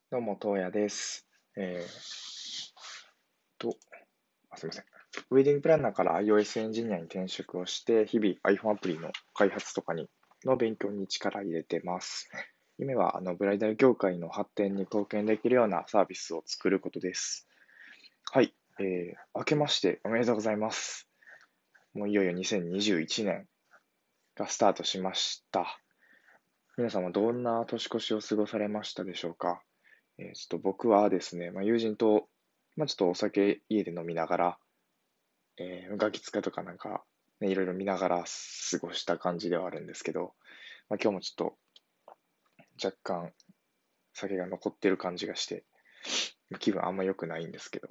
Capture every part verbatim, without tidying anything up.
どうも、東也です。えーっと、あ、すみません。ウェディングプランナーから iOS エンジニアに転職をして、日々 iPhone アプリの開発とかにの勉強に力入れてます。夢はあのブライダル業界の発展に貢献できるようなサービスを作ることです。はい、えー、明けましておめでとうございます。もういよいよにせんにじゅういちねんがスタートしました。皆様どんな年越しを過ごされましたでしょうか？えーちょっと僕はですね、まあ、友人と、まあ、ちょっとお酒家で飲みながら、えーガキ使とかなんか、ね、いろいろ見ながら過ごした感じではあるんですけど、まあ、今日もちょっと若干酒が残ってる感じがして、気分あんま良くないんですけど、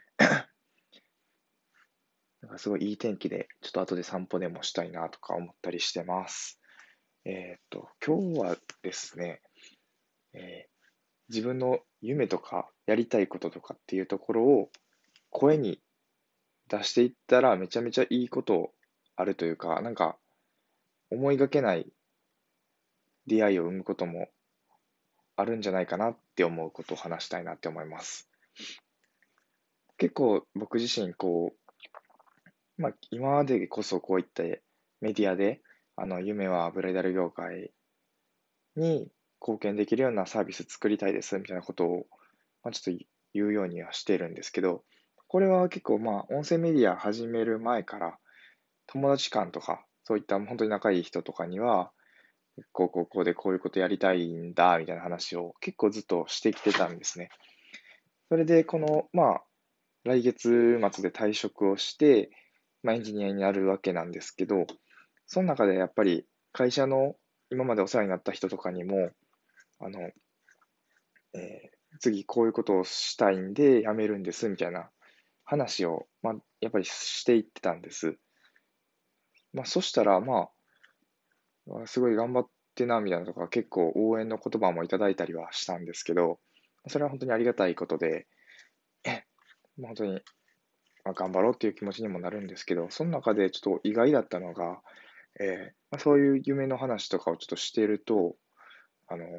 なんかすごいいい天気で、ちょっと後で散歩でもしたいなとか思ったりしてます。えーっと、今日はですね、えー自分の夢とかやりたいこととかっていうところを声に出していったらめちゃめちゃいいことあるというか、なんか思いがけない出会いを生むこともあるんじゃないかなって思うことを話したいなって思います。結構僕自身こう、まあ今までこそこういったメディアで、あの夢はブライダル業界に貢献できるようなサービス作りたいですみたいなことを、まあ、ちょっと言うようにはしてるんですけど、これは結構まあ音声メディア始める前から友達間とか、そういった本当に仲いい人とかには、こうこうこうでこういうことやりたいんだ、みたいな話を結構ずっとしてきてたんですね。それで、この、まあ、来月末で退職をして、まあ、エンジニアになるわけなんですけど、その中でやっぱり会社の今までお世話になった人とかにも、あの、えー次こういうことをしたいんで辞めるんです、みたいな話を、まあ、やっぱりしていってたんです。まあ、そしたら、まあ、すごい頑張ってな、みたいなとか、結構応援の言葉もいただいたりはしたんですけど、それは本当にありがたいことで、まあ本当に、まあ、頑張ろうっていう気持ちにもなるんですけど、その中でちょっと意外だったのが、えーまあ、そういう夢の話とかをちょっとしていると、あの、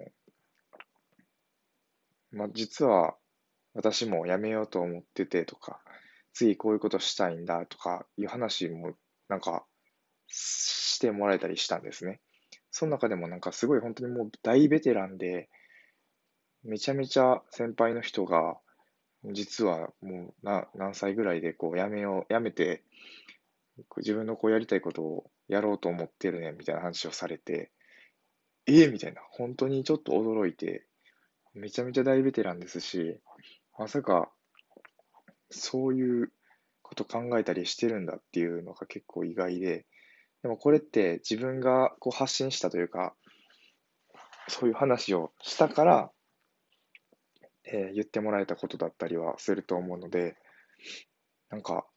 まあ、実は私も辞めようと思っててとか、次こういうことしたいんだとかいう話もなんかしてもらえたりしたんですね。その中でもなんかすごい本当にもう大ベテランで、めちゃめちゃ先輩の人が、実はもうな何歳ぐらいでこう辞めよう、辞めて、自分のこうやりたいことをやろうと思ってるね、みたいな話をされて、ええみたいな、本当にちょっと驚いて、めちゃめちゃ大ベテランですし、まさかそういうこと考えたりしてるんだっていうのが結構意外で、でもこれって自分がこう発信したというか、そういう話をしたから、えー言ってもらえたことだったりはすると思うので、なんか、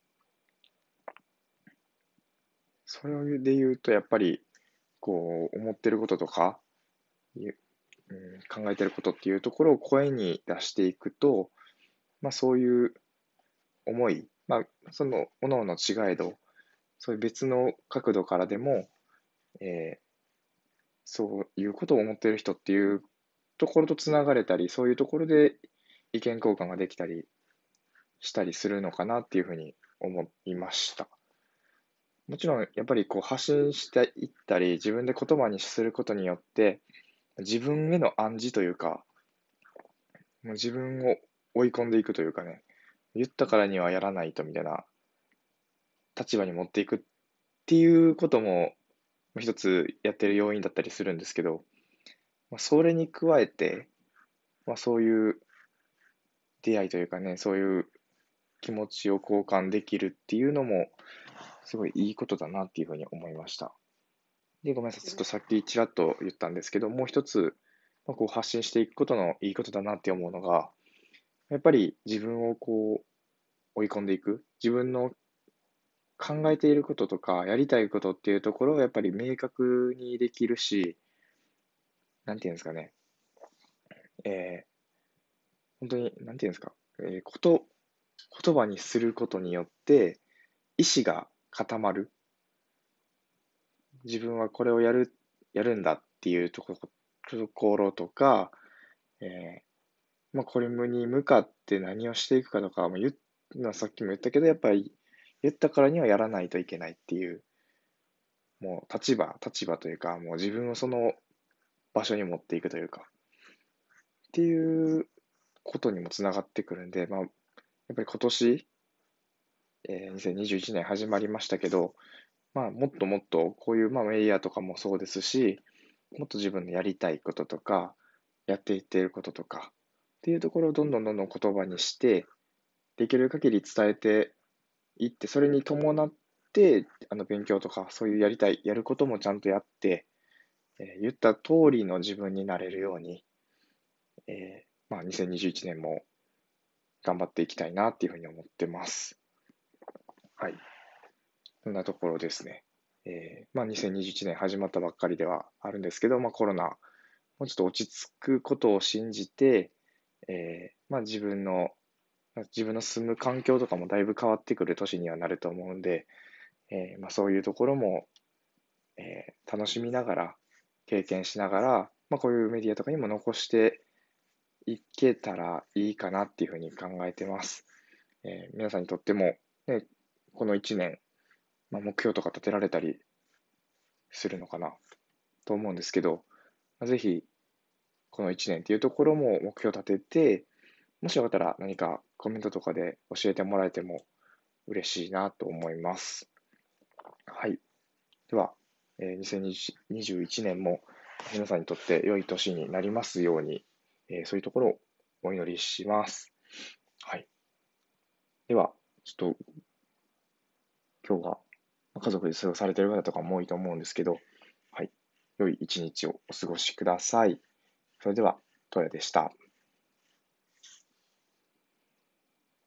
それで言うと、やっぱり、こう、思ってることとか、いううん、考えてることっていうところを声に出していくと、まあそういう思い、まあその、各々の違いど、そういう別の角度からでも、えーそういうことを思っている人っていうところとつながれたり、そういうところで意見交換ができたりしたりするのかなっていうふうに思いました。もちろん、やっぱりこう発信していったり、自分で言葉にすることによって、自分への暗示というか、もう自分を追い込んでいくというかね、言ったからにはやらないとみたいな立場に持っていくっていうことも一つやってる要因だったりするんですけど、まあ、それに加えて、まあ、そういう出会いというかね、そういう気持ちを交換できるっていうのも、すごいいいことだなっていうふうに思いました。で、ごめんなさい、ちょっとさっきちらっと言ったんですけど、もう一つ、まあ、こう発信していくことのいいことだなって思うのが、やっぱり自分をこう追い込んでいく、自分の考えていることとか、やりたいことっていうところをやっぱり明確にできるし、なんていうんですかね、えー本当に、なんていうんですか、えーこと、言葉にすることによって、意志が固まる。自分はこれをやる、やるんだっていうところところとか、えーまあ、これに向かって何をしていくかとか、まあ、言っまあさっきも言ったけど、やっぱり言ったからにはやらないといけないっていう、もう立場、立場というか、もう自分をその場所に持っていくというか、っていうことにもつながってくるんで、まあ、やっぱり今年、えーにせんにじゅういちねん始まりましたけど、まあ、もっともっとこういう、まあ、メディアとかもそうですし、もっと自分のやりたいこととか、やっていっていることとか、っていうところをどんどんどんどん言葉にして、できる限り伝えていって、それに伴って、あの勉強とか、そういうやりたい、やることもちゃんとやって、えー言った通りの自分になれるように、えーまあ、にせんにじゅういちねんも頑張っていきたいなっていうふうに思ってます。はい。そんなところですね。えーまあ、にせんにじゅういちねん始まったばっかりではあるんですけど、まあ、コロナ、もうちょっと落ち着くことを信じて、えーまあ、自分の、自分の住む環境とかもだいぶ変わってくる年にはなると思うんで、えーまあ、そういうところも、えー楽しみながら、経験しながら、まあ、こういうメディアとかにも残していけたらいいかなっていうふうに考えてます。えー皆さんにとっても、ね、このいちねん、まあ、目標とか立てられたりするのかなと思うんですけど、まあ、ぜひ、このいちねんっていうところも目標立てて、もしよかったら何かコメントとかで教えてもらえても嬉しいなと思います。はい。では、えーにせんにじゅういちねんも皆さんにとって良い年になりますように、えーそういうところをお祈りします。はい。では、ちょっと今日は家族で過ごされている方とかも多いと思うんですけど、はい。良い一日をお過ごしください。それでは、トヤでした。